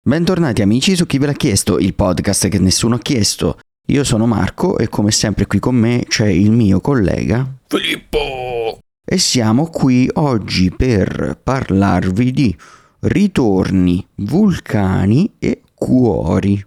Bentornati amici su Chi ve l'ha chiesto, il podcast che nessuno ha chiesto. Io sono Marco e come sempre qui con me c'è il mio collega Filippo. E siamo qui oggi per parlarvi di ritorni, vulcani e cuori.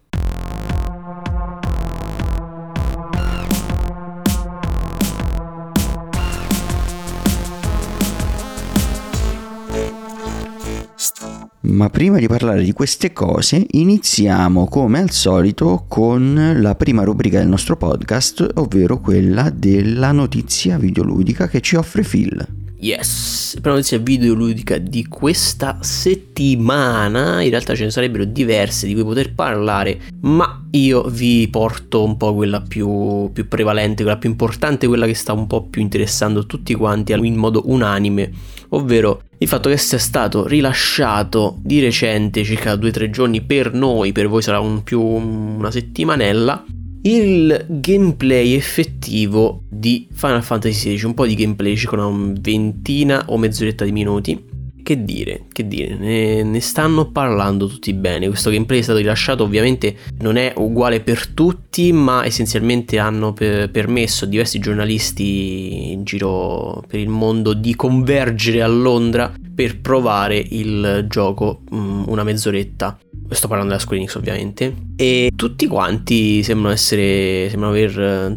Ma prima di parlare di queste cose iniziamo come al solito con la prima rubrica del nostro podcast, ovvero quella della notizia videoludica che ci offre Phil. Yes, la notizia videoludica di questa settimana, in realtà ce ne sarebbero diverse di cui poter parlare, ma io vi porto un po' quella più prevalente, quella più importante, quella che sta un po' più interessando tutti quanti in modo unanime, ovvero il fatto che sia stato rilasciato di recente, circa 2-3 giorni per noi, per voi sarà una settimanella, il gameplay effettivo di Final Fantasy XVI, un po' di gameplay, circa una ventina o mezz'oretta di minuti. Che dire, ne stanno parlando tutti bene. Questo gameplay è stato rilasciato, ovviamente non è uguale per tutti, ma essenzialmente hanno permesso a diversi giornalisti in giro per il mondo di convergere a Londra per provare il gioco una mezz'oretta. Sto parlando della Square Enix ovviamente. E tutti quanti sembrano aver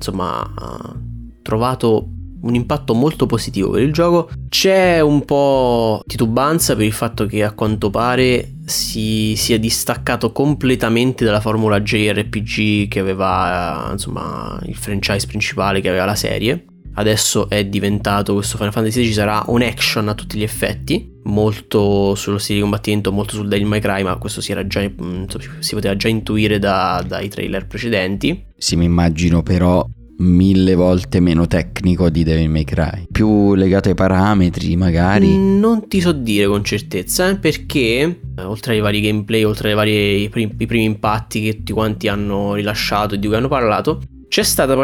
trovato un impatto molto positivo per il gioco. C'è un po' titubanza per il fatto che a quanto pare si sia distaccato completamente dalla formula JRPG che aveva il franchise principale che aveva la serie. Adesso è diventato, questo Final Fantasy XVI sarà un action a tutti gli effetti, molto sullo stile di combattimento, molto sul Devil May Cry, ma questo si poteva già intuire dai trailer precedenti. Sì, mi immagino però 1000 volte meno tecnico di Devil May Cry, più legato ai parametri magari. Non ti so dire con certezza, perché oltre ai vari gameplay, oltre ai primi impatti che tutti quanti hanno rilasciato e di cui hanno parlato, c'è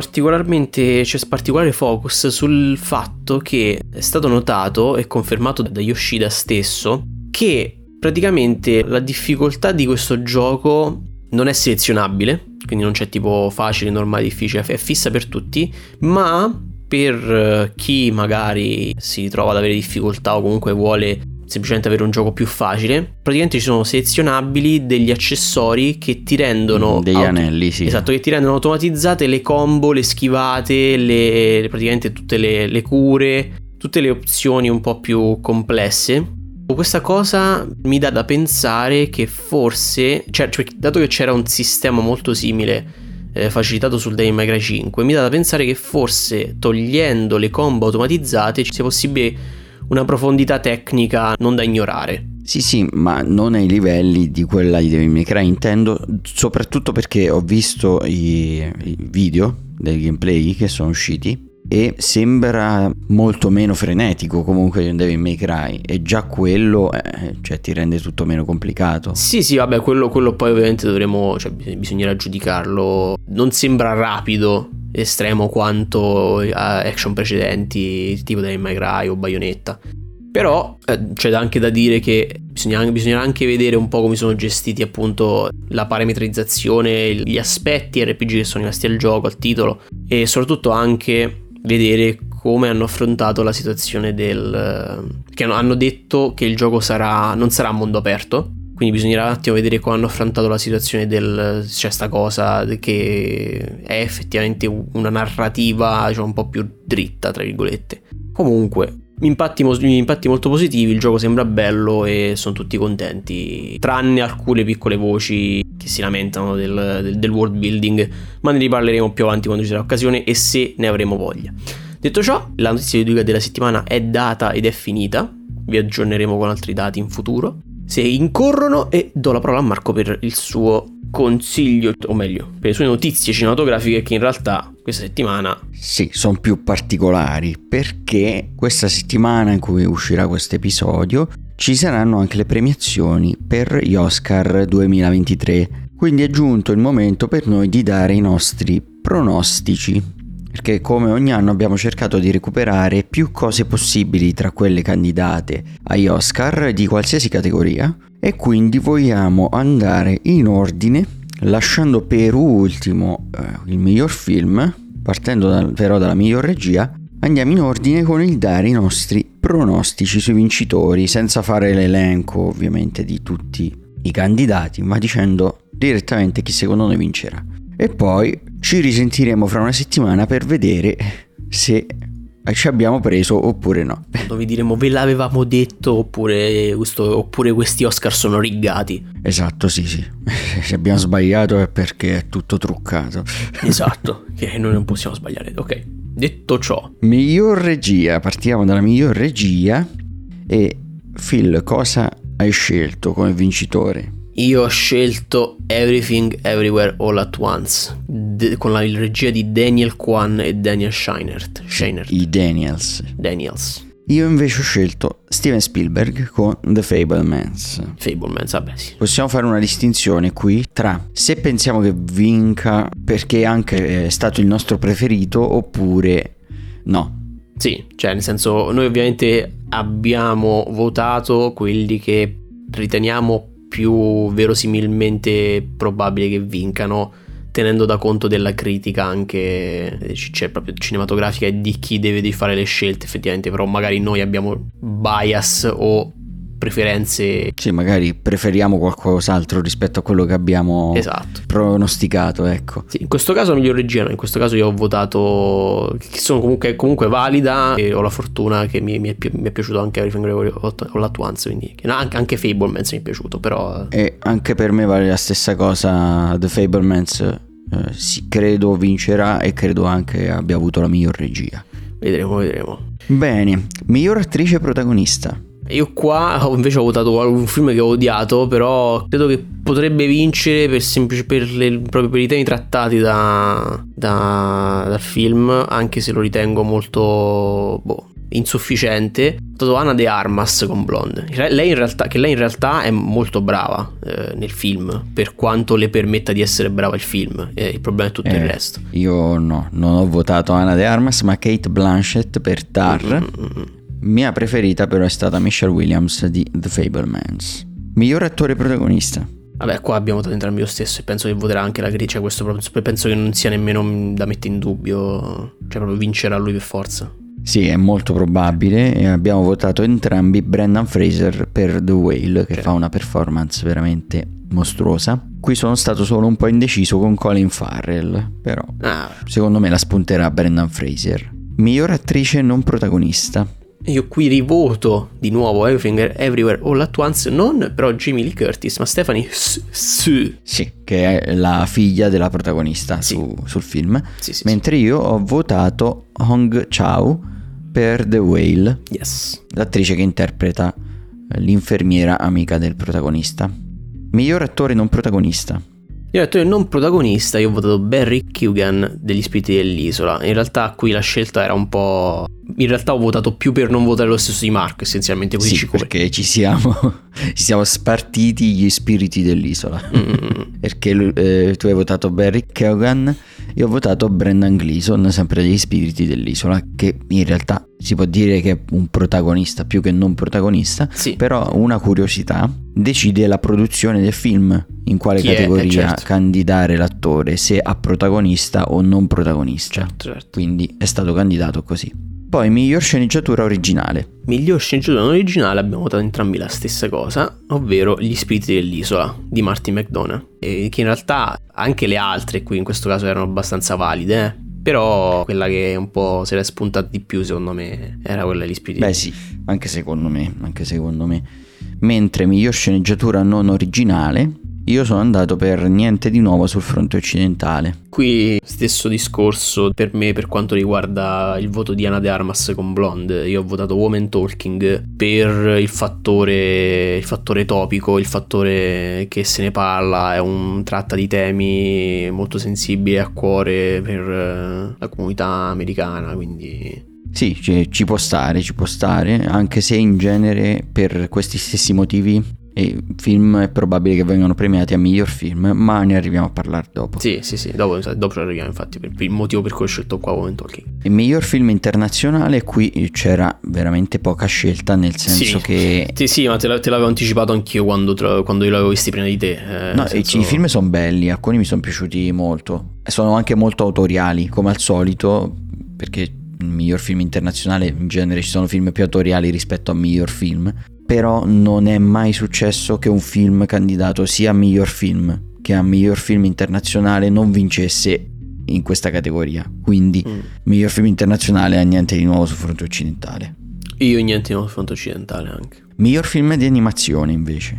particolare focus sul fatto che è stato notato e confermato da Yoshida stesso che praticamente la difficoltà di questo gioco non è selezionabile, quindi non c'è tipo facile, normale, difficile, è fissa per tutti, ma per chi magari si trova ad avere difficoltà o comunque vuole semplicemente avere un gioco più facile, praticamente ci sono selezionabili degli accessori che ti rendono degli anelli, sì. Esatto, che ti rendono automatizzate le combo, le schivate, praticamente tutte le cure, tutte le opzioni un po' più complesse. Questa cosa mi dà da pensare che forse, dato che c'era un sistema molto simile facilitato sul Devil May Cry 5, mi dà da pensare che forse togliendo le combo automatizzate sia possibile una profondità tecnica non da ignorare. Sì, ma non ai livelli di quella di Devil May Cry, intendo, soprattutto perché ho visto i video dei gameplay che sono usciti e sembra molto meno frenetico comunque di un Devil May Cry, e già quello ti rende tutto meno complicato. Sì, vabbè, quello poi ovviamente bisognerà giudicarlo. Non sembra rapido, estremo quanto action precedenti tipo Devil May Cry o Bayonetta. Però c'è anche da dire che bisognerà anche vedere un po' come sono gestiti appunto la parametrizzazione, gli aspetti RPG che sono rimasti al gioco, al titolo, e soprattutto anche vedere come hanno affrontato la situazione che hanno detto che il gioco non sarà a mondo aperto, quindi bisognerà un attimo vedere come hanno affrontato la situazione sta cosa che è effettivamente una narrativa un po' più dritta tra virgolette. Comunque impatti molto positivi, il gioco sembra bello e sono tutti contenti, tranne alcune piccole voci che si lamentano del world building, ma ne riparleremo più avanti quando ci sarà occasione e se ne avremo voglia. Detto ciò, la notizia videoludica della settimana è data ed è finita, vi aggiorneremo con altri dati in futuro se incorrono, e do la parola a Marco per il suo consiglio, o meglio per le sue notizie cinematografiche, che in realtà questa settimana sono più particolari, perché questa settimana in cui uscirà questo episodio ci saranno anche le premiazioni per gli Oscar 2023, quindi è giunto il momento per noi di dare i nostri pronostici, perché come ogni anno abbiamo cercato di recuperare più cose possibili tra quelle candidate agli Oscar di qualsiasi categoria e quindi vogliamo andare in ordine, lasciando per ultimo il miglior film, partendo però dalla miglior regia. Andiamo in ordine con il dare i nostri pronostici sui vincitori, senza fare l'elenco ovviamente di tutti i candidati, ma dicendo direttamente chi secondo noi vincerà. E poi ci risentiremo fra una settimana per vedere se ci abbiamo preso oppure no. Vi diremo ve l'avevamo detto oppure questi Oscar sono riggati. Esatto, sì. Se abbiamo sbagliato è perché è tutto truccato. Esatto, che noi non possiamo sbagliare. Ok, detto ciò, miglior regia, partiamo dalla miglior regia. E Phil, cosa hai scelto come vincitore? io ho scelto Everything Everywhere All at Once con la regia di Daniel Kwan e Daniel Scheinert. I Daniels. Io invece ho scelto Steven Spielberg con The Fabelmans, vabbè sì. Possiamo fare una distinzione qui tra se pensiamo che vinca perché anche è stato il nostro preferito oppure no. Sì, cioè nel senso noi ovviamente abbiamo votato quelli che riteniamo più verosimilmente probabile che vincano, tenendo da conto della critica anche c'è proprio cinematografica e di chi deve fare le scelte effettivamente, però magari noi abbiamo bias o preferenze. Sì, magari preferiamo qualcos'altro rispetto a quello che abbiamo pronosticato, ecco. Sì, in questo caso miglior regia, no? In questo caso io ho votato che sono comunque valida e ho la fortuna che mi è piaciuto anche Everything All at Once, quindi anche Fabelmans mi è piaciuto, però e anche per me vale la stessa cosa. The Fabelmans sì, credo vincerà e credo anche abbia avuto la miglior regia. Vedremo. Bene, miglior attrice protagonista. Io qua invece ho votato un film che ho odiato, però credo che potrebbe vincere proprio per i temi trattati dal film, anche se lo ritengo molto insufficiente. Ho votato Ana de Armas con Blonde. Lei in realtà è molto brava nel film, per quanto le permetta di essere brava il film. Il problema è tutto il resto. Io no, non ho votato Ana de Armas, ma Cate Blanchett per Tar. Mia preferita però è stata Michelle Williams di The Fabelmans. Miglior attore protagonista. Vabbè, qua abbiamo votato entrambi lo stesso e penso che voterà anche la critica. Questo proprio, penso che non sia nemmeno da mettere in dubbio, cioè proprio vincerà lui per forza. Sì, è molto probabile. E abbiamo votato entrambi Brendan Fraser per The Whale, che fa una performance veramente mostruosa. Qui sono stato solo un po' indeciso con Colin Farrell, però secondo me la spunterà Brendan Fraser. Miglior attrice non protagonista. Io qui rivoto di nuovo Everything Everywhere All at Once, non però Jamie Lee Curtis, ma Stephanie Hsu. Sì, che è la figlia della protagonista sul film. Mentre io ho votato Hong Chau per The Whale. Yes. L'attrice che interpreta l'infermiera amica del protagonista. Miglior attore non protagonista. Io ho detto non protagonista, io ho votato Barry Keoghan degli Spiriti dell'Isola. In realtà qui la scelta era un po'... In realtà ho votato più per non votare lo stesso di Marco, essenzialmente, così sì, perché ci siamo spartiti gli Spiriti dell'Isola. Perché tu hai votato Barry Keoghan, io ho votato Brendan Gleeson, sempre degli Spiriti dell'Isola, che in realtà si può dire che è un protagonista più che non protagonista, però una curiosità: decide la produzione del film in quale categoria candidare l'attore, se a protagonista o non protagonista. Certo. Quindi è stato candidato così. Poi miglior sceneggiatura originale. Miglior sceneggiatura non originale abbiamo votato entrambi la stessa cosa, ovvero Gli Spiriti dell'Isola di Martin McDonagh, e che in realtà anche le altre qui in questo caso erano abbastanza valide, però quella che un po' se l'è spuntata di più secondo me era quella degli Spiriti. Beh sì, anche secondo me. Mentre miglior sceneggiatura non originale, io sono andato per Niente di nuovo sul fronte occidentale. Qui stesso discorso per me per quanto riguarda il voto di Ana de Armas con Blonde. Io ho votato Woman Talking per il fattore topico, il fattore che se ne parla, tratta di temi molto sensibili a cuore per la comunità americana, quindi... Sì, ci può stare, anche se in genere per questi stessi motivi E film è probabile che vengano premiati a miglior film, ma ne arriviamo a parlare dopo. Sì, dopo ci arriviamo, infatti, per il motivo per cui ho scelto qua Woman Talking. Il miglior film internazionale, qui c'era veramente poca scelta, nel senso che... Sì, ma te l'avevo anticipato anch'io quando io l'avevo visti prima di te. No, i film sono belli, alcuni mi sono piaciuti molto. E sono anche molto autoriali, come al solito, perché il miglior film internazionale in genere ci sono film più autoriali rispetto a miglior film. Però non è mai successo che un film candidato sia a miglior film che a miglior film internazionale non vincesse in questa categoria. Quindi miglior film internazionale ha niente di nuovo sul fronte occidentale. Io niente di nuovo sul fronte occidentale anche. Miglior film di animazione invece.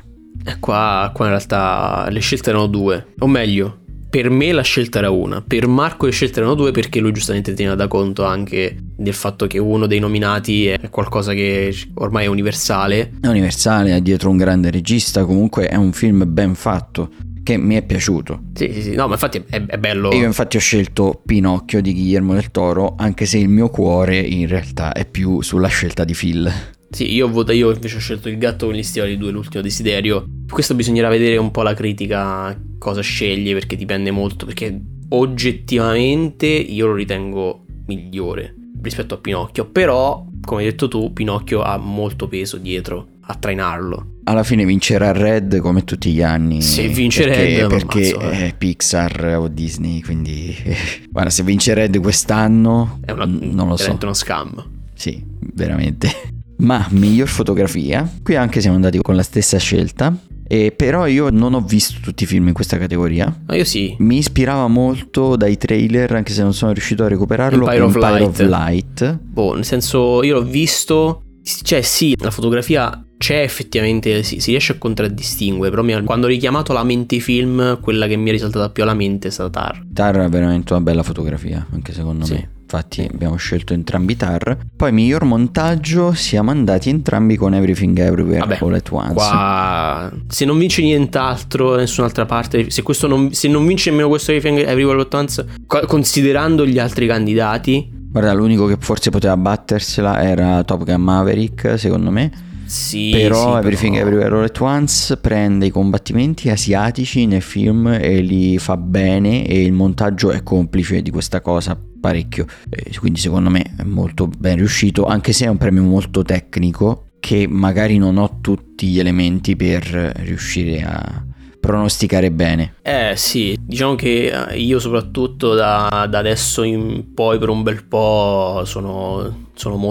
Qua in realtà le scelte erano due, o meglio, per me la scelta era una, per Marco le scelte erano due, perché lui giustamente teneva da conto anche del fatto che uno dei nominati è qualcosa che ormai è universale. È universale, ha dietro un grande regista, comunque è un film ben fatto, che mi è piaciuto. Sì, no, ma infatti è bello. Io infatti ho scelto Pinocchio di Guillermo del Toro, anche se il mio cuore in realtà è più sulla scelta di Phil. Sì, io invece ho scelto Il gatto con gli stivali 2, l'ultimo desiderio. Questo bisognerà vedere un po' la critica cosa sceglie, perché dipende molto, perché oggettivamente io lo ritengo migliore rispetto a Pinocchio, però come hai detto tu, Pinocchio ha molto peso dietro a trainarlo. Alla fine vincerà Red come tutti gli anni. Se vince Red perché è Pixar o Disney, quindi guarda, se vince Red quest'anno non lo so. È uno scam. Sì, veramente. Ma miglior fotografia, qui anche siamo andati con la stessa scelta. Però io non ho visto tutti i film in questa categoria. Ma io sì. Mi ispirava molto dai trailer, anche se non sono riuscito a recuperarlo. Empire of Light. Boh, nel senso, io l'ho visto. Cioè sì, la fotografia c'è effettivamente, si riesce a contraddistinguere. Però quando ho richiamato la mente film, quella che mi è risaltata più alla mente è stata Tar. Tar è veramente una bella fotografia, anche secondo me. Infatti abbiamo scelto entrambi Tar. Poi miglior montaggio siamo andati entrambi con Everything Everywhere All at Once. Qua se non vince nient'altro da nessun'altra parte, se non vince nemmeno questo Everything Everywhere All at Once, considerando gli altri candidati, guarda, l'unico che forse poteva battersela era Top Gun Maverick, secondo me. Sì, però Everything Everywhere All at Once prende i combattimenti asiatici nel film e li fa bene, e il montaggio è complice di questa cosa parecchio, quindi secondo me è molto ben riuscito, anche se è un premio molto tecnico che magari non ho tutti gli elementi per riuscire a pronosticare bene. Sì, diciamo che io soprattutto da adesso in poi per un bel po' sono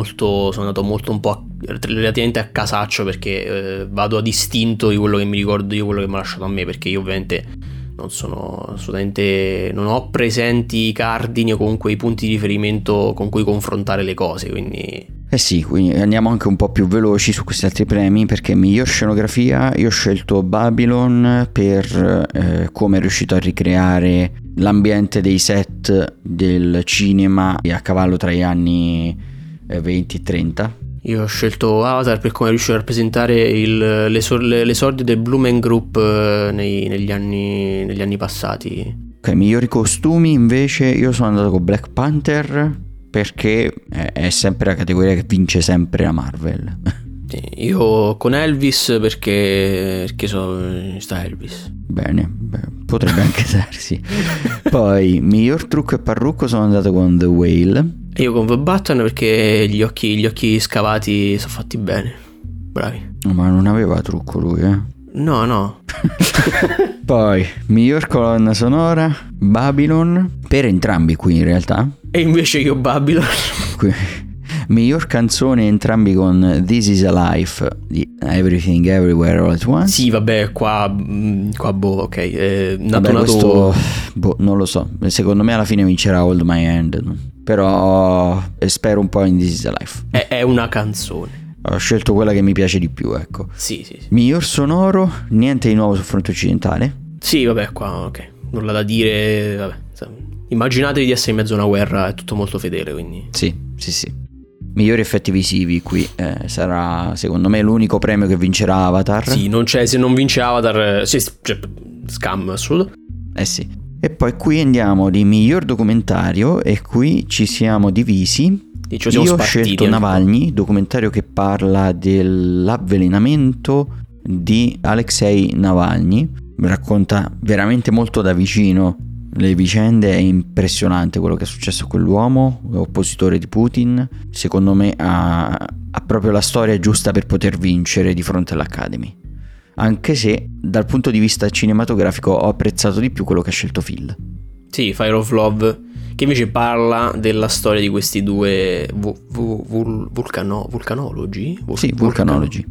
andato molto un po' relativamente a casaccio, perché vado a distinto di quello che mi ricordo io, quello che mi ha lasciato a me, perché io ovviamente non sono assolutamente, non ho presenti i cardini o comunque i punti di riferimento con cui confrontare le cose, quindi sì, quindi andiamo anche un po' più veloci su questi altri premi, perché miglior scenografia io ho scelto Babylon per come è riuscito a ricreare l'ambiente dei set del cinema a cavallo tra gli anni 20 e 30. Io ho scelto Avatar per come è riuscito a rappresentare l'esordio del Blue Man Group negli anni passati. Ok, migliori costumi invece io sono andato con Black Panther, perché è sempre la categoria che vince sempre la Marvel. Sì, io con Elvis perché sta Elvis. Bene, potrebbe anche darsi. Poi miglior trucco e parrucco sono andato con The Whale. E io con The Button perché gli occhi scavati sono fatti bene. Bravi. Ma non aveva trucco lui, No. Poi miglior colonna sonora Babylon, per entrambi qui in realtà. E invece io Babylon. Miglior canzone entrambi con This Is a Life di Everything Everywhere All at Once. Sì, vabbè, qua ok. Questo non lo so. Secondo me alla fine vincerà Hold My Hand, però spero un po' in This Is a Life. È una canzone. Ho scelto quella che mi piace di più, ecco. Sì. Miglior sonoro, niente di nuovo sul fronte occidentale. Sì, vabbè, qua ok, nulla da dire, vabbè. Immaginatevi di essere in mezzo a una guerra, è tutto molto fedele, quindi. Sì. Migliori effetti visivi qui sarà secondo me l'unico premio che vincerà Avatar. Sì, non c'è, se non vince Avatar, scam assoluto. Sì. E poi qui andiamo di miglior documentario, e qui ci siamo divisi. Io ho scelto Navalny, documentario che parla dell'avvelenamento di Alexei Navalny, racconta veramente molto da vicino le vicende, è impressionante quello che è successo a quell'uomo, oppositore di Putin. Secondo me ha proprio la storia giusta per poter vincere di fronte all'Academy, anche se dal punto di vista cinematografico ho apprezzato di più quello che ha scelto Phil. Sì, Fire of Love, che invece parla della storia di questi due vulcanologi? Sì, vulcanologi.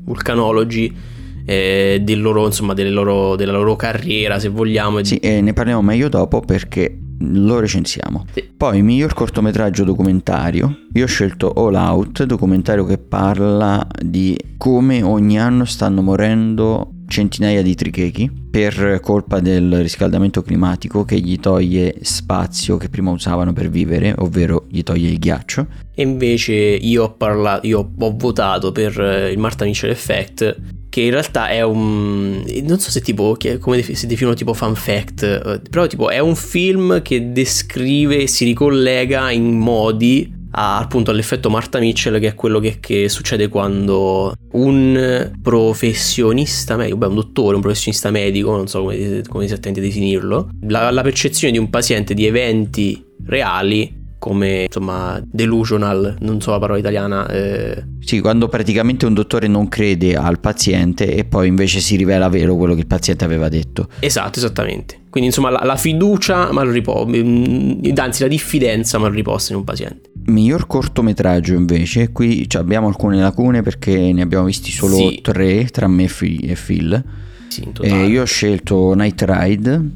Del loro, insomma, della loro carriera, se vogliamo. Sì, e ne parliamo meglio dopo perché lo recensiamo. Sì. Poi miglior cortometraggio documentario, io ho scelto All Out, documentario che parla di come ogni anno stanno morendo centinaia di trichechi per colpa del riscaldamento climatico che gli toglie spazio che prima usavano per vivere, ovvero gli toglie il ghiaccio. E invece io ho votato per il Martha Mitchell Effect, che in realtà è non so se tipo come si definono tipo fan fact, però tipo è un film che descrive e si ricollega in modi appunto all'effetto Martha Mitchell, che è quello che succede quando un professionista medico, un dottore, un professionista medico, non so come si attende a definirlo, la percezione di un paziente di eventi reali come, insomma, delusional, non so la parola italiana. Sì, quando praticamente un dottore non crede al paziente e poi invece si rivela vero quello che il paziente aveva detto. Esatto, esattamente. Quindi insomma la fiducia anzi la diffidenza mal riposta in un paziente. Miglior cortometraggio invece, qui abbiamo alcune lacune perché ne abbiamo visti solo 3 tra me e Phil. Sì, in totale. Io ho scelto Night Ride.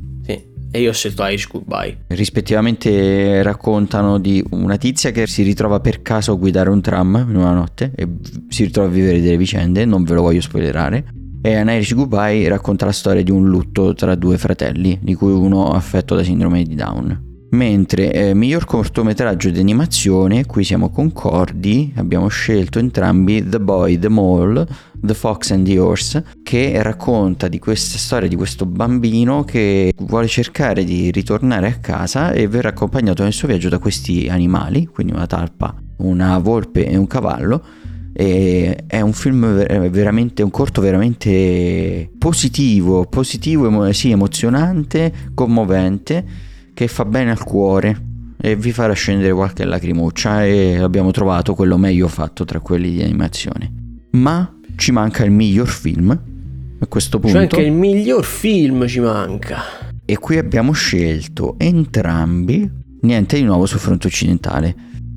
E io ho scelto Irish Goodbye. Rispettivamente raccontano di una tizia che si ritrova per caso a guidare un tram in una notte e si ritrova a vivere delle vicende, non ve lo voglio spoilerare. E An Irish Goodbye racconta la storia di un lutto tra 2 fratelli, di cui uno affetto da sindrome di Down. Mentre miglior cortometraggio di animazione, qui siamo concordi, abbiamo scelto entrambi The Boy, The Mole, The Fox and the Horse, che racconta di questa storia di questo bambino che vuole cercare di ritornare a casa e verrà accompagnato nel suo viaggio da questi animali, quindi una talpa, una volpe e un cavallo. E è un film veramente, un corto veramente positivo, sì, emozionante, commovente, che fa bene al cuore e vi farà scendere qualche lacrimuccia, e abbiamo trovato quello meglio fatto tra quelli di animazione. Ma ci manca il miglior film a questo punto. Cioè anche il miglior film ci manca. E qui abbiamo scelto entrambi niente di nuovo sul fronte occidentale,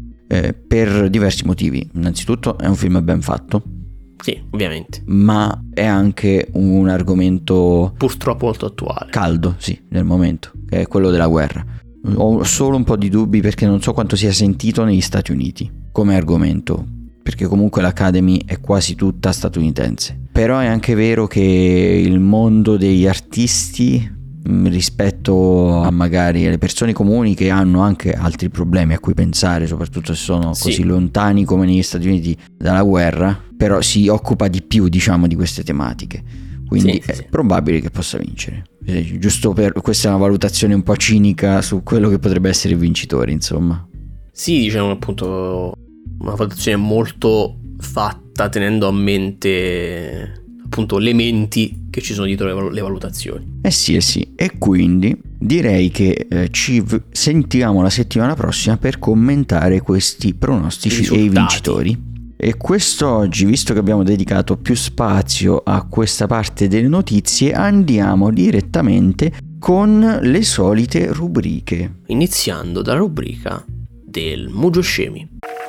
per diversi motivi. Innanzitutto è un film ben fatto. Sì, ovviamente. Ma è anche un argomento purtroppo molto attuale. Caldo, sì, nel momento, che è quello della guerra. Ho solo un po' di dubbi perché non so quanto sia sentito negli Stati Uniti come argomento, perché comunque l'Academy è quasi tutta statunitense. Però è anche vero che il mondo degli artisti, rispetto a magari le persone comuni che hanno anche altri problemi a cui pensare, soprattutto se sono così lontani come negli Stati Uniti dalla guerra, però si occupa di più, diciamo, di queste tematiche, quindi è probabile che possa vincere. Giusto per questa è una valutazione un po' cinica su quello che potrebbe essere il vincitore, insomma. Sì, diciamo appunto una valutazione molto fatta tenendo a mente appunto le menti che ci sono dietro le valutazioni. Sì, e quindi direi che ci sentiamo la settimana prossima per commentare questi pronostici e i vincitori. E quest'oggi, visto che abbiamo dedicato più spazio a questa parte delle notizie, andiamo direttamente con le solite rubriche. Iniziando dalla rubrica del Mugio Scemi.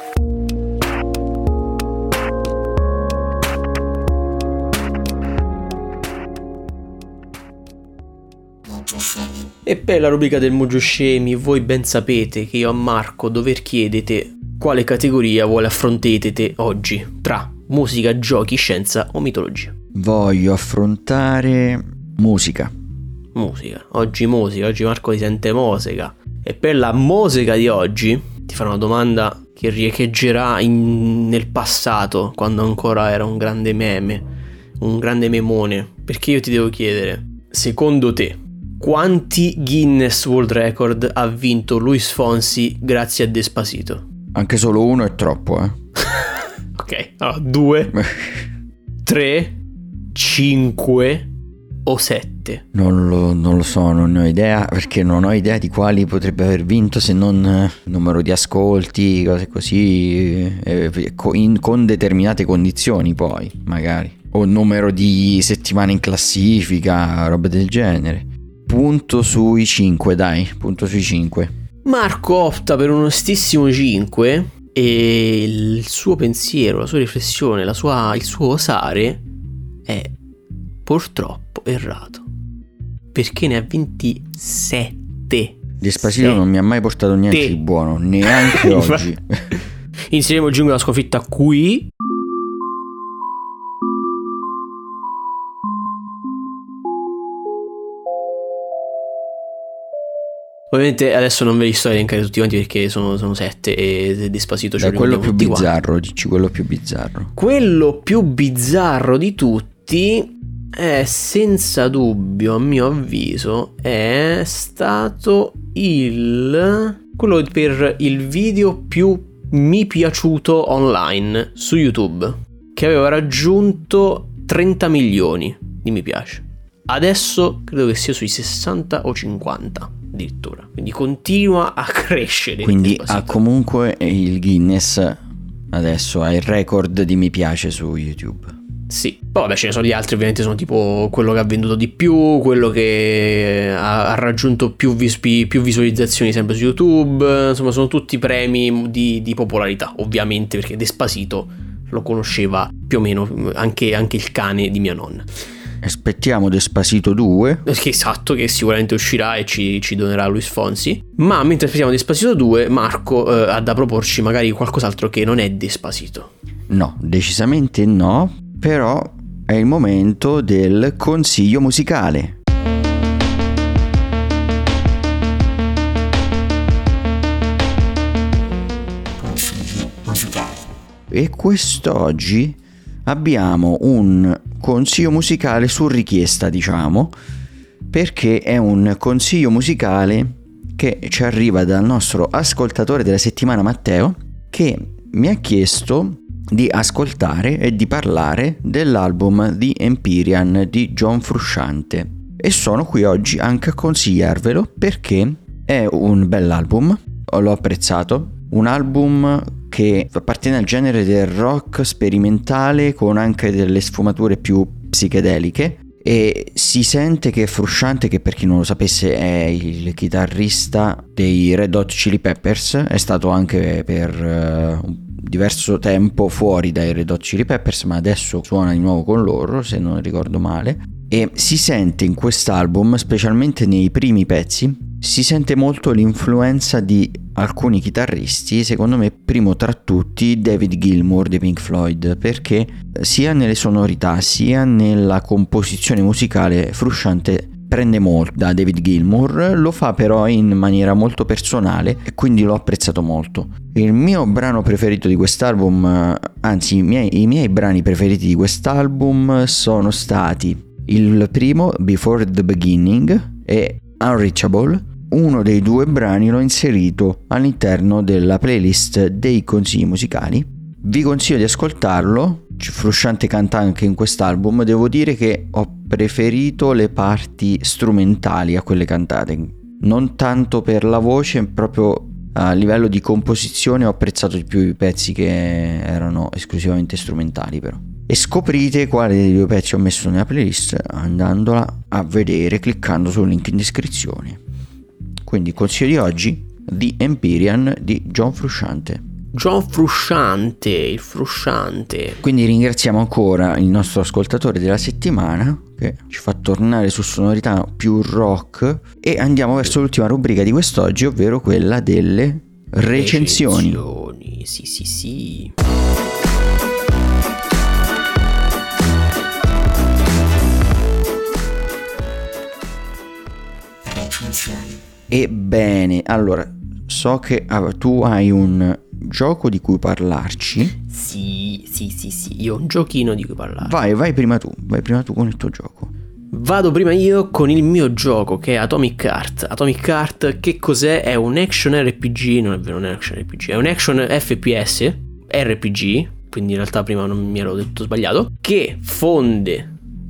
E per la rubrica del Mugio Scemi voi ben sapete che io a Marco dover chiedete quale categoria vuole affrontare oggi tra musica, giochi, scienza o mitologia. Voglio affrontare musica. Oggi Marco ti sente musica. E per la musica di oggi ti farò una domanda che riecheggerà nel passato, quando ancora era un grande meme, un grande memone, perché io ti devo chiedere, secondo te quanti Guinness World Record ha vinto Luis Fonsi grazie a Despacito? Anche solo uno è troppo, Ok, allora 2, 3, 5 o 7? Non lo so, non ne ho idea, perché non ho idea di quali potrebbe aver vinto, se non numero di ascolti, cose così, con determinate condizioni poi, magari. O numero di settimane in classifica, roba del genere. Punto sui 5, dai, punto sui 5. Marco opta per un onestissimo 5 e il suo pensiero, la sua riflessione, il suo osare è purtroppo errato, perché ne ha vinti 7. Despacito non mi ha mai portato niente di buono, neanche oggi. Inizieremo il giungolo della sconfitta qui. Ovviamente adesso non ve li sto a elencare tutti quanti perché sono 7 e Despacito c'è quello più bizzarro, dici quello più bizzarro. Quello più bizzarro di tutti è senza dubbio, a mio avviso, è stato quello per il video più mi piaciuto online su YouTube, che aveva raggiunto 30 milioni di mi piace. Adesso credo che sia sui 60 o 50 addirittura, quindi continua a crescere. Quindi ha comunque il Guinness, adesso ha il record di mi piace su YouTube. Sì, poi vabbè ce ne sono gli altri, ovviamente sono tipo quello che ha venduto di più, quello che ha raggiunto più visualizzazioni sempre su YouTube, insomma sono tutti premi di popolarità, ovviamente, perché Despacito lo conosceva più o meno anche il cane di mia nonna. Aspettiamo Despacito 2. Esatto, che sicuramente uscirà e ci donerà Luis Fonsi. Ma mentre aspettiamo Despacito 2, Marco ha da proporci magari qualcos'altro che non è Despacito. No, decisamente no, però è il momento del consiglio musicale. E quest'oggi abbiamo un consiglio musicale su richiesta, diciamo, perché è un consiglio musicale che ci arriva dal nostro ascoltatore della settimana, Matteo, che mi ha chiesto di ascoltare e di parlare dell'album The Empyrean di John Frusciante, e sono qui oggi anche a consigliarvelo perché è un bell'album, l'ho apprezzato, un album che appartiene al genere del rock sperimentale con anche delle sfumature più psichedeliche, e si sente che Frusciante, che per chi non lo sapesse è il chitarrista dei Red Hot Chili Peppers, è stato anche per diverso tempo fuori dai Red Hot Chili Peppers, ma adesso suona di nuovo con loro, se non ricordo male, e si sente in quest'album, specialmente nei primi pezzi, si sente molto l'influenza di alcuni chitarristi, secondo me primo tra tutti David Gilmour dei Pink Floyd, perché sia nelle sonorità sia nella composizione musicale Frusciante prende molto da David Gilmour, lo fa però in maniera molto personale e quindi l'ho apprezzato molto. Il mio brano preferito di quest'album, anzi i miei brani preferiti di quest'album sono stati il primo, Before the Beginning, e Unreachable. Uno dei due brani l'ho inserito all'interno della playlist dei consigli musicali. Vi consiglio di ascoltarlo. Frusciante canta anche in quest'album. Devo dire che ho preferito le parti strumentali a quelle cantate, non tanto per la voce, proprio a livello di composizione ho apprezzato di più i pezzi che erano esclusivamente strumentali però. E scoprite quale dei due pezzi ho messo nella playlist andandola a vedere cliccando sul link in descrizione. Quindi il consiglio di oggi, The Empyrean di John Frusciante. John Frusciante, il Frusciante. Quindi ringraziamo ancora il nostro ascoltatore della settimana che ci fa tornare su sonorità più rock, e andiamo verso l'ultima rubrica di quest'oggi, ovvero quella delle recensioni. Sì. Ebbene, allora, so che tu hai un gioco di cui parlarci. Sì, io ho un giochino di cui parlare. Vai prima tu con il tuo gioco. Vado prima io con il mio gioco, che è Atomic Heart. Atomic Heart che cos'è? È un action RPG, non è vero, non è un action RPG, è un action FPS RPG, quindi in realtà prima non mi ero detto sbagliato, che fonde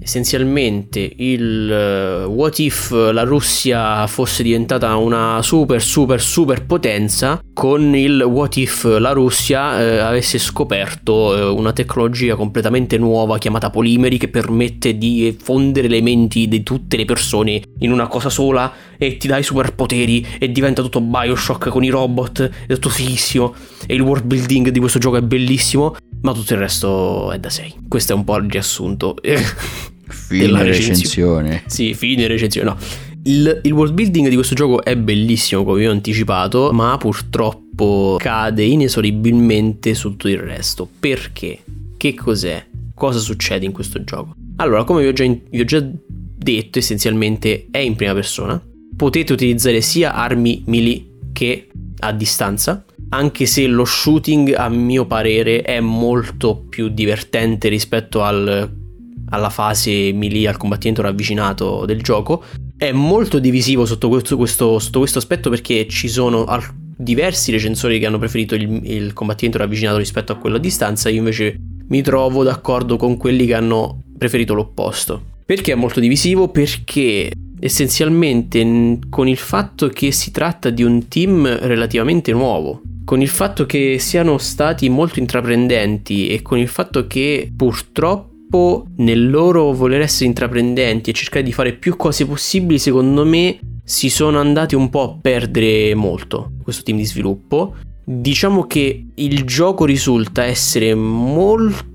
essenzialmente il what if la Russia fosse diventata una super potenza, con il what if la Russia avesse scoperto una tecnologia completamente nuova chiamata polimeri, che permette di fondere le menti di tutte le persone in una cosa sola e ti dà i superpoteri e diventa tutto Bioshock con i robot, è tutto fighissimo e il world building di questo gioco è bellissimo, ma tutto il resto è da 6. Questo è un po' il riassunto. Fine recensione. Sì, fine recensione. No, il world building di questo gioco è bellissimo, come vi ho anticipato, ma purtroppo cade inesorabilmente su tutto il resto. Perché? Che cos'è? Cosa succede in questo gioco? Allora, come vi ho già detto, essenzialmente è in prima persona. Potete utilizzare sia armi melee che a distanza, anche se lo shooting a mio parere è molto più divertente rispetto alla fase melee, al combattimento ravvicinato del gioco. È molto divisivo sotto questo aspetto, perché ci sono diversi recensori che hanno preferito il combattimento ravvicinato rispetto a quello a distanza. Io invece mi trovo d'accordo con quelli che hanno preferito l'opposto. Perché è molto divisivo? Perché essenzialmente con il fatto che si tratta di un team relativamente nuovo, con il fatto che siano stati molto intraprendenti e con il fatto che purtroppo nel loro voler essere intraprendenti e cercare di fare più cose possibili, secondo me si sono andati un po' a perdere molto questo team di sviluppo. Diciamo che il gioco risulta essere molto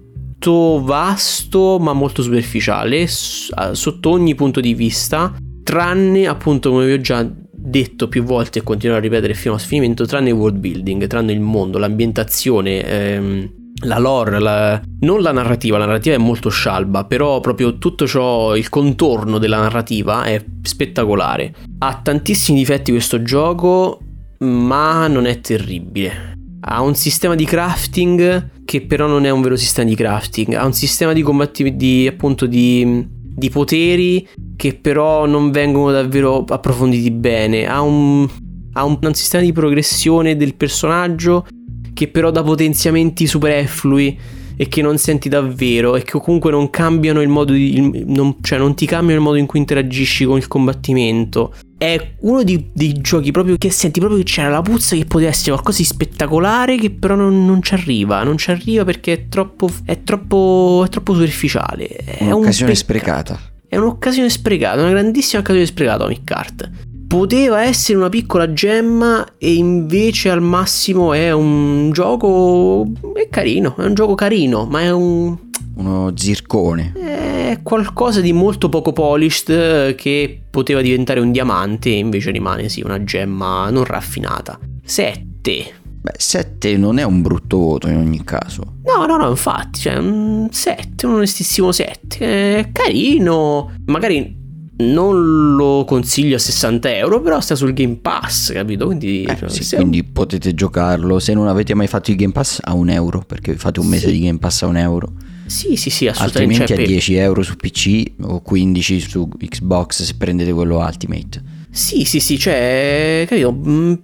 vasto ma molto superficiale sotto ogni punto di vista, tranne appunto, come vi ho già detto più volte e continuo a ripetere fino a sfinimento, tranne il world building, tranne il mondo, l'ambientazione, la lore, non la narrativa è molto scialba, però proprio tutto ciò, il contorno della narrativa è spettacolare. Ha tantissimi difetti questo gioco, ma non è terribile. Ha un sistema di crafting che però non è un vero sistema di crafting, ha un sistema di appunto di poteri che però non vengono davvero approfonditi bene, ha un sistema di progressione del personaggio che però dà potenziamenti superflui e che non senti davvero, e che comunque non cambiano il modo non ti cambiano il modo in cui interagisci con il combattimento. È uno dei giochi proprio che senti proprio che c'era la puzza che poteva essere qualcosa di spettacolare, che però non ci arriva perché è troppo superficiale. È un'occasione sprecata. È un'occasione sprecata, una grandissima occasione sprecata. Atomic Heart poteva essere una piccola gemma e invece al massimo è un gioco carino, è un gioco carino, ma è uno zircone. È qualcosa di molto poco polished che poteva diventare un diamante e invece rimane sì una gemma non raffinata. 7. Beh, 7 non è un brutto voto in ogni caso. No, infatti, cioè un 7, un onestissimo 7. È carino, magari non lo consiglio a 60 euro, però sta sul Game Pass, capito? Quindi, quindi potete giocarlo. Se non avete mai fatto il Game Pass a €1, perché fate un mese di Game Pass a €1. Sì, assolutamente. Altrimenti a €10 su PC o 15 su Xbox se prendete quello Ultimate. Sì, cioè, capito?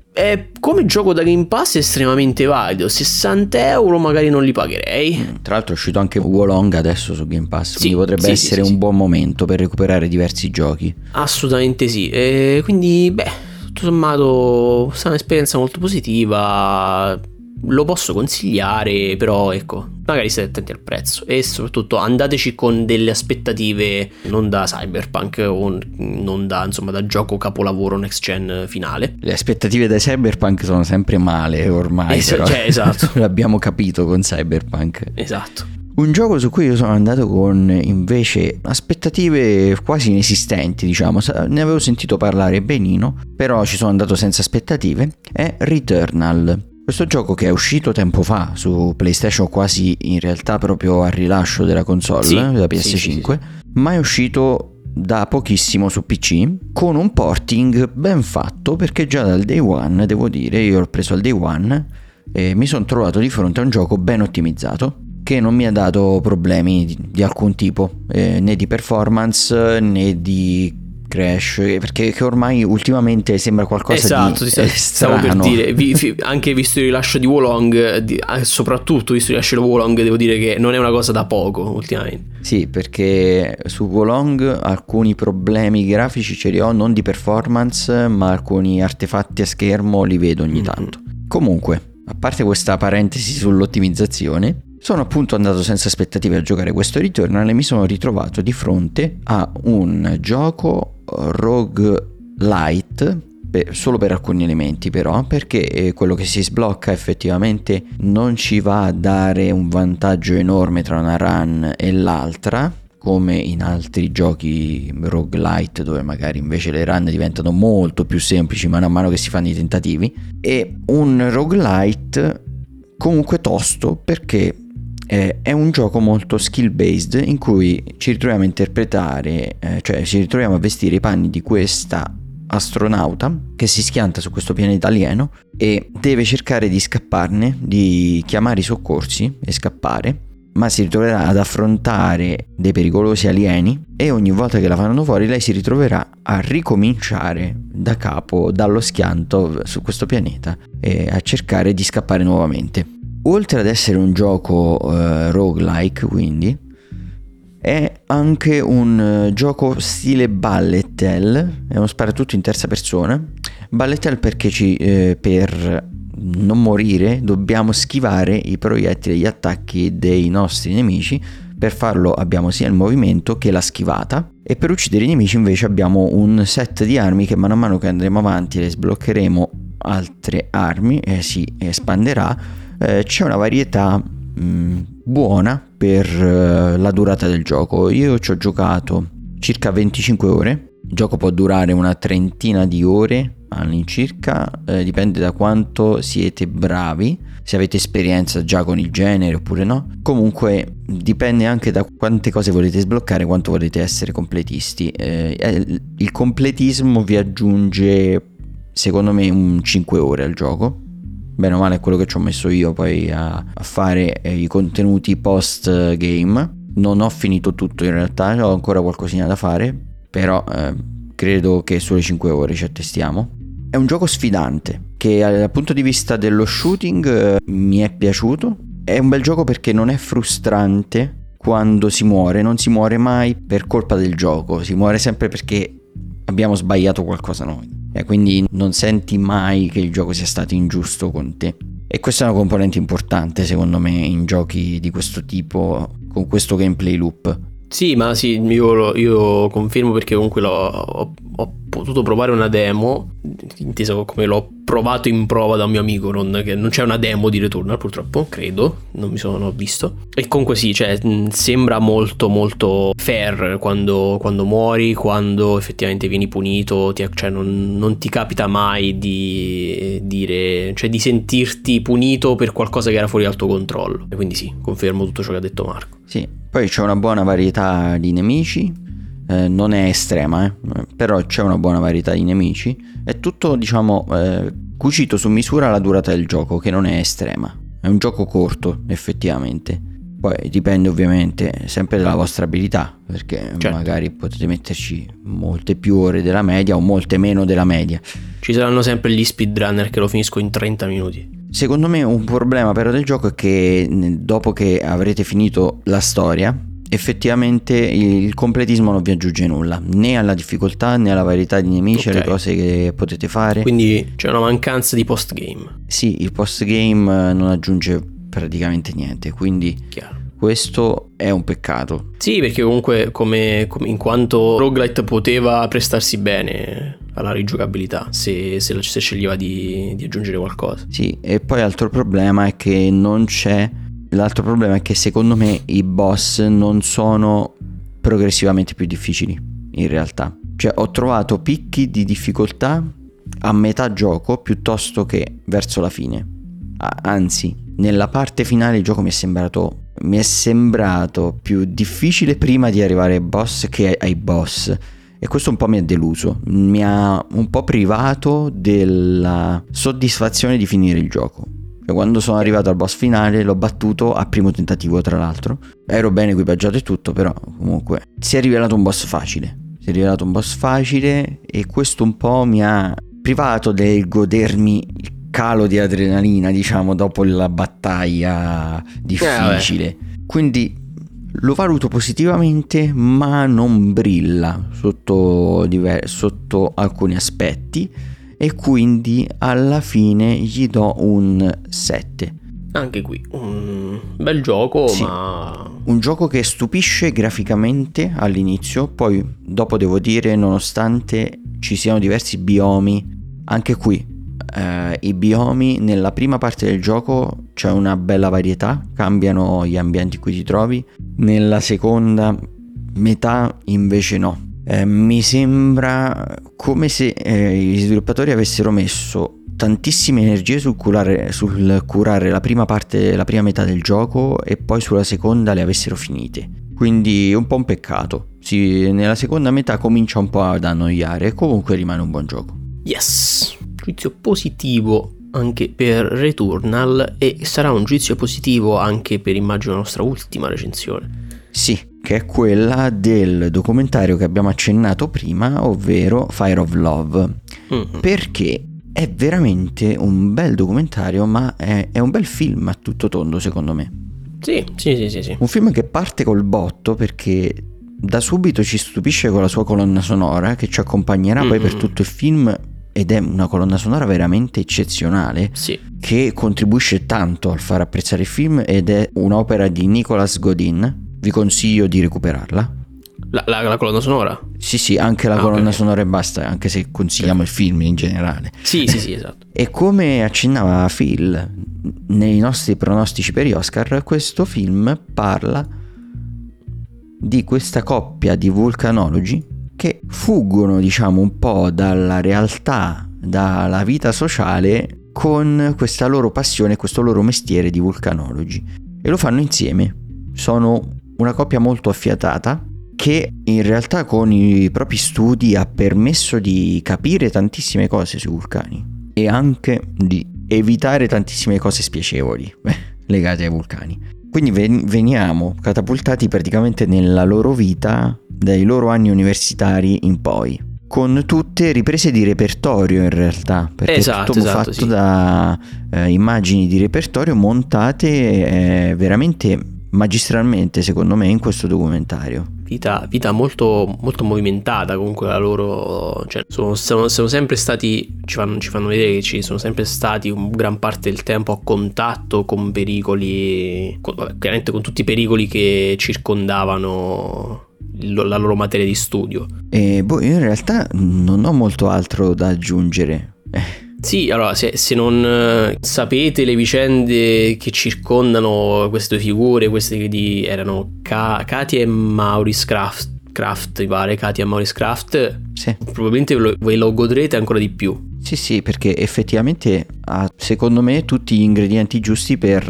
È come gioco da Game Pass è estremamente valido. 60 euro magari non li pagherei. Tra l'altro è uscito anche Wolong adesso su Game Pass, quindi potrebbe essere un buon momento per recuperare diversi giochi. Assolutamente sì. Quindi tutto sommato è un'esperienza molto positiva, lo posso consigliare, però ecco, magari state attenti al prezzo e soprattutto andateci con delle aspettative non da Cyberpunk o non da, insomma, da gioco capolavoro next gen finale. Le aspettative da Cyberpunk sono sempre male ormai, però esatto. L'abbiamo capito con Cyberpunk. Esatto. Un gioco su cui io sono andato con invece aspettative quasi inesistenti, diciamo, ne avevo sentito parlare benino, però ci sono andato senza aspettative, è Returnal. Questo gioco che è uscito tempo fa su PlayStation, quasi in realtà proprio al rilascio della console, della PS5, ma è uscito da pochissimo su PC con un porting ben fatto, perché già dal day one, devo dire, io l'ho preso al day one e mi sono trovato di fronte a un gioco ben ottimizzato che non mi ha dato problemi di alcun tipo, né di performance né di Crash, perché che ormai ultimamente sembra qualcosa di stavo per strano. dire, anche visto il rilascio di Wolong, soprattutto visto il rilascio di Wolong, devo dire che non è una cosa da poco ultimamente. Sì, perché su Wolong alcuni problemi grafici ce li ho, non di performance, ma alcuni artefatti a schermo li vedo ogni tanto. Comunque, a parte questa parentesi sull'ottimizzazione, sono appunto andato senza aspettative a giocare questo Returnal e mi sono ritrovato di fronte a un gioco roguelite, solo per alcuni elementi però, perché quello che si sblocca effettivamente non ci va a dare un vantaggio enorme tra una run e l'altra, come in altri giochi roguelite dove magari invece le run diventano molto più semplici man mano che si fanno i tentativi. E un roguelite comunque tosto, perché è un gioco molto skill based in cui ci ritroviamo a interpretare, cioè ci ritroviamo a vestire i panni di questa astronauta che si schianta su questo pianeta alieno e deve cercare di scapparne, di chiamare i soccorsi e scappare, ma si ritroverà ad affrontare dei pericolosi alieni e ogni volta che la fanno fuori lei si ritroverà a ricominciare da capo, dallo schianto su questo pianeta e a cercare di scappare nuovamente. Oltre ad essere un gioco roguelike, quindi è anche un gioco stile Bullet Hell, è uno sparatutto in terza persona. Bullet Hell perché per non morire dobbiamo schivare i proiettili e gli attacchi dei nostri nemici. Per farlo abbiamo sia il movimento che la schivata, e per uccidere i nemici invece abbiamo un set di armi che man mano che andremo avanti le sbloccheremo altre armi e si espanderà. C'è una varietà buona per la durata del gioco. Io ci ho giocato circa 25 ore, il gioco può durare una trentina di ore all'incirca, dipende da quanto siete bravi, se avete esperienza già con il genere oppure no. Comunque dipende anche da quante cose volete sbloccare, quanto volete essere completisti. Il completismo vi aggiunge secondo me un 5 ore al gioco. Bene o male è quello che ci ho messo io poi a fare i contenuti post game. Non ho finito tutto in realtà, ho ancora qualcosina da fare, però credo che sulle 5 ore ci attestiamo. È un gioco sfidante che dal punto di vista dello shooting mi è piaciuto. È un bel gioco perché non è frustrante quando si muore, non si muore mai per colpa del gioco, si muore sempre perché abbiamo sbagliato qualcosa noi. E quindi non senti mai che il gioco sia stato ingiusto con te. E questa è una componente importante secondo me in giochi di questo tipo, con questo gameplay loop. Sì, ma sì, io confermo, perché comunque ho potuto provare una demo, intesa come l'ho provato in prova da un mio amico, che non c'è una demo di Returnal purtroppo, credo, non mi sono visto. E comunque sì, cioè sembra molto molto fair quando muori, quando effettivamente vieni punito, cioè non ti capita mai di dire, cioè di sentirti punito per qualcosa che era fuori dal tuo controllo. E quindi sì, confermo tutto ciò che ha detto Marco. Sì, poi c'è una buona varietà di nemici, non è estrema, però c'è una buona varietà di nemici. È tutto, diciamo, cucito su misura alla durata del gioco, che non è estrema. È un gioco corto, effettivamente. Poi dipende ovviamente sempre dalla vostra abilità, perché certo, magari potete metterci molte più ore della media o molte meno della media. Ci saranno sempre gli speedrunner che lo finiscono in 30 minuti. Secondo me un problema però del gioco è che dopo che avrete finito la storia, effettivamente il completismo non vi aggiunge nulla, né alla difficoltà né alla varietà di nemici, alle cose che potete fare. Quindi c'è una mancanza di post game. Sì, il post game non aggiunge praticamente niente, quindi chiaro, questo è un peccato. Sì, perché comunque come in quanto roguelite poteva prestarsi bene alla rigiocabilità se sceglieva di aggiungere qualcosa. Sì, e poi l'altro problema è che non c'è. L'altro problema è che secondo me i boss non sono progressivamente più difficili in realtà. Cioè ho trovato picchi di difficoltà a metà gioco piuttosto che verso la fine. Anzi, nella parte finale il gioco mi è sembrato più difficile prima di arrivare ai boss che ai boss. E questo un po' mi ha deluso, mi ha un po' privato della soddisfazione di finire il gioco. E quando sono arrivato al boss finale l'ho battuto a primo tentativo, tra l'altro. Ero ben equipaggiato e tutto, però comunque si è rivelato un boss facile. si è rivelato un boss facile e questo un po' mi ha privato del godermi il calo di adrenalina, diciamo, dopo la battaglia difficile. Quindi lo valuto positivamente, ma non brilla sotto alcuni aspetti, e quindi alla fine gli do un 7. Anche qui un bel gioco, sì, ma un gioco che stupisce graficamente all'inizio, poi dopo devo dire, nonostante ci siano diversi biomi, anche qui i biomi nella prima parte del gioco c'è una bella varietà, cambiano gli ambienti in cui ti trovi, nella seconda metà invece no. Mi sembra come se gli sviluppatori avessero messo tantissime energie sul curare la prima metà del gioco e poi sulla seconda le avessero finite, quindi è un po' un peccato. Sì, nella seconda metà comincia un po' ad annoiare, comunque rimane un buon gioco. Yes, giudizio positivo anche per Returnal, e sarà un giudizio positivo anche per, immagino, la nostra ultima recensione. Sì, che è quella del documentario che abbiamo accennato prima, ovvero Fire of Love. Perché è veramente un bel documentario, ma è un bel film a tutto tondo, secondo me. Sì. Un film che parte col botto, perché da subito ci stupisce con la sua colonna sonora, che ci accompagnerà poi per tutto il film, ed è una colonna sonora veramente eccezionale, sì, che contribuisce tanto al far apprezzare il film, ed è un'opera di Nicolas Godin. Vi consiglio di recuperarla. La colonna sonora? Sì, anche la colonna sonora e basta, anche se consigliamo il film in generale. Sì, esatto. E come accennava Phil nei nostri pronostici per gli Oscar, questo film parla di questa coppia di vulcanologi che fuggono, diciamo, un po' dalla realtà, dalla vita sociale, con questa loro passione, questo loro mestiere di vulcanologi, e lo fanno insieme. Sono una coppia molto affiatata, che in realtà con i propri studi ha permesso di capire tantissime cose sui vulcani e anche di evitare tantissime cose spiacevoli legate ai vulcani. Quindi veniamo catapultati praticamente nella loro vita dai loro anni universitari in poi, con tutte riprese di repertorio in realtà, perché è tutto fatto da immagini di repertorio montate veramente magistralmente, secondo me, in questo documentario. Vita molto, molto movimentata comunque la loro, cioè sono sempre stati, ci fanno vedere che ci sono sempre stati un gran parte del tempo a contatto con pericoli, chiaramente con tutti i pericoli che circondavano la loro materia di studio. E io in realtà non ho molto altro da aggiungere. Sì, allora, se non sapete le vicende che circondano queste due figure, queste che erano Katia e Maurice Kraft, mi pare, Katia e Maurice Kraft, sì, probabilmente ve lo godrete ancora di più. Sì, perché effettivamente ha, secondo me, tutti gli ingredienti giusti per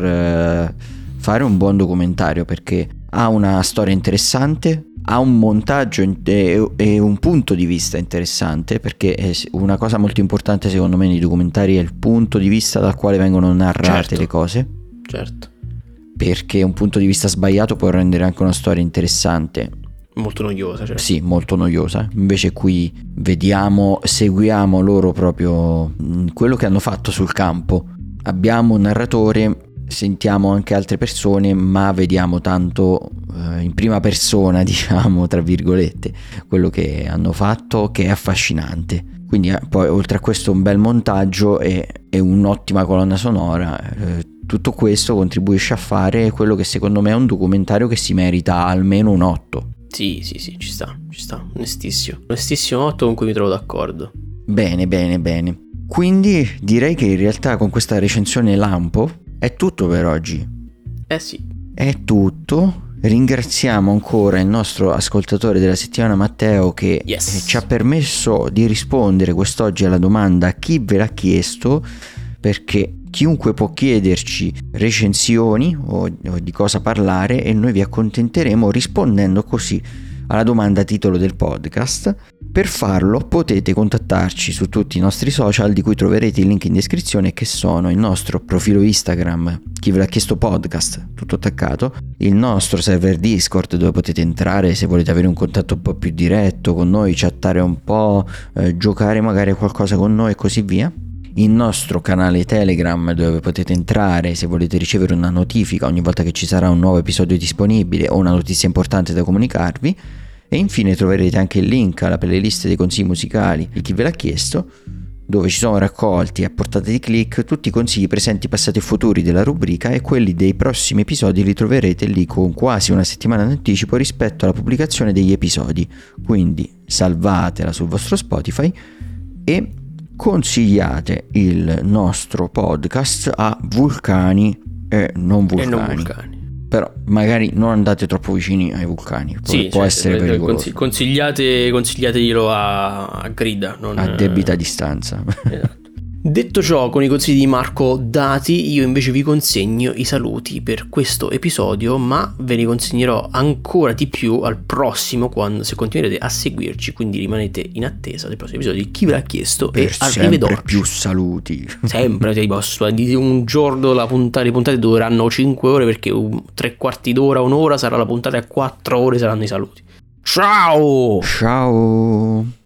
fare un buon documentario, perché ha una storia interessante, ha un montaggio e un punto di vista interessante, perché una cosa molto importante secondo me nei documentari è il punto di vista dal quale vengono narrate le cose. Certo. Perché un punto di vista sbagliato può rendere anche una storia interessante molto noiosa, certo. Sì, molto noiosa. Invece qui seguiamo loro proprio quello che hanno fatto sul campo. Abbiamo un narratore, sentiamo anche altre persone, ma vediamo tanto in prima persona, diciamo, tra virgolette, quello che hanno fatto, che è affascinante. Quindi poi oltre a questo un bel montaggio e un'ottima colonna sonora, tutto questo contribuisce a fare quello che secondo me è un documentario che si merita almeno un 8. Sì, ci sta, onestissimo 8 con cui mi trovo d'accordo. Bene. Quindi direi che in realtà con questa recensione lampo è tutto per oggi. Sì. È tutto. Ringraziamo ancora il nostro ascoltatore della settimana, Matteo, che ci ha permesso di rispondere quest'oggi alla domanda chi ve l'ha chiesto, perché chiunque può chiederci recensioni o di cosa parlare e noi vi accontenteremo rispondendo così alla domanda titolo del podcast. Per farlo potete contattarci su tutti i nostri social, di cui troverete il link in descrizione, che sono il nostro profilo Instagram, Chi ve l'ha chiesto podcast, tutto attaccato, il nostro server Discord dove potete entrare se volete avere un contatto un po' più diretto con noi, chattare un po', giocare magari a qualcosa con noi e così via, il nostro canale Telegram dove potete entrare se volete ricevere una notifica ogni volta che ci sarà un nuovo episodio disponibile o una notizia importante da comunicarvi. E infine troverete anche il link alla playlist dei consigli musicali di Chi ve l'ha chiesto, dove ci sono raccolti a portata di click tutti i consigli presenti, passati e futuri della rubrica, e quelli dei prossimi episodi li troverete lì con quasi una settimana d'anticipo rispetto alla pubblicazione degli episodi. Quindi salvatela sul vostro Spotify e consigliate il nostro podcast a vulcani e non vulcani. Però magari non andate troppo vicini ai vulcani, può essere pericoloso. Consigliateglielo a grida, non a debita distanza. Esatto. Detto ciò, con i consigli di Marco dati, io invece vi consegno i saluti per questo episodio, ma ve li consegnerò ancora di più al prossimo, se continuerete a seguirci, quindi rimanete in attesa del prossimo episodio di Chi ve l'ha chiesto per e arrivederci. Sempre più saluti. Sempre, di un giorno le puntate dureranno 5 ore, perché 3/4 d'ora, un'ora sarà la puntata e 4 ore saranno i saluti. Ciao! Ciao!